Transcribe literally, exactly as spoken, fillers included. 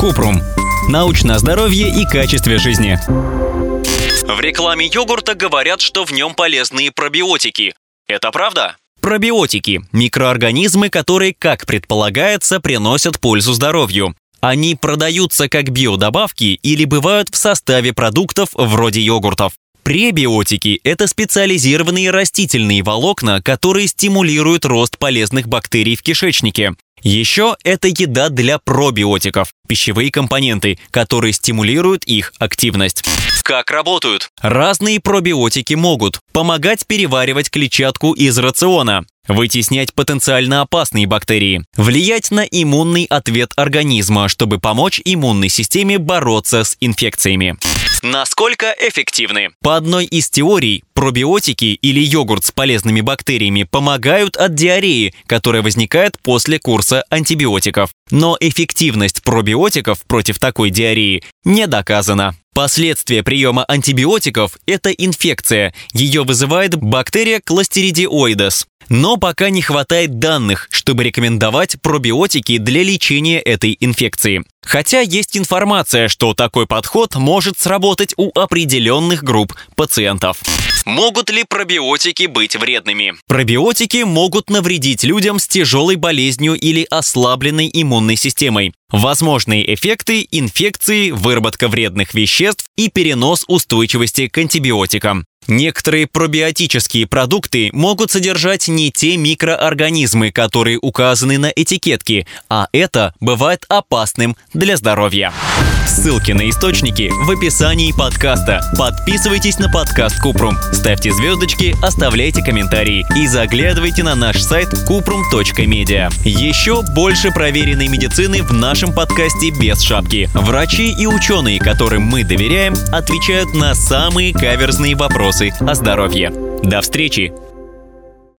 Купрум. Научное здоровье и качестве жизни. В рекламе йогурта говорят, что в нем полезные пробиотики. Это правда? Пробиотики – микроорганизмы, которые, как предполагается, приносят пользу здоровью. Они продаются как биодобавки или бывают в составе продуктов вроде йогуртов. Пребиотики – это специализированные растительные волокна, которые стимулируют рост полезных бактерий в кишечнике. Еще это еда для пробиотиков – пищевые компоненты, которые стимулируют их активность. Как работают? Разные пробиотики могут помогать переваривать клетчатку из рациона, вытеснять потенциально опасные бактерии, влиять на иммунный ответ организма, чтобы помочь иммунной системе бороться с инфекциями. Насколько эффективны? По одной из теорий, пробиотики или йогурт с полезными бактериями помогают от диареи, которая возникает после курса антибиотиков. Но эффективность пробиотиков против такой диареи не доказана. Последствия приема антибиотиков – это инфекция. Ее вызывает бактерия Clostridioides. Но пока не хватает данных, чтобы рекомендовать пробиотики для лечения этой инфекции. Хотя есть информация, что такой подход может сработать у определенных групп пациентов. Могут ли пробиотики быть вредными? Пробиотики могут навредить людям с тяжелой болезнью или ослабленной иммунной системой. Возможные эффекты – инфекции, выработка вредных веществ и перенос устойчивости к антибиотикам. Некоторые пробиотические продукты могут содержать не те микроорганизмы, которые указаны на этикетке, а это бывает опасным для здоровья. Ссылки на источники в описании подкаста. Подписывайтесь на подкаст Купрум, ставьте звездочки, оставляйте комментарии и заглядывайте на наш сайт купрум точка медиа. Еще больше проверенной медицины в нашем подкасте без шапки. Врачи и ученые, которым мы доверяем, отвечают на самые каверзные вопросы о здоровье. До встречи!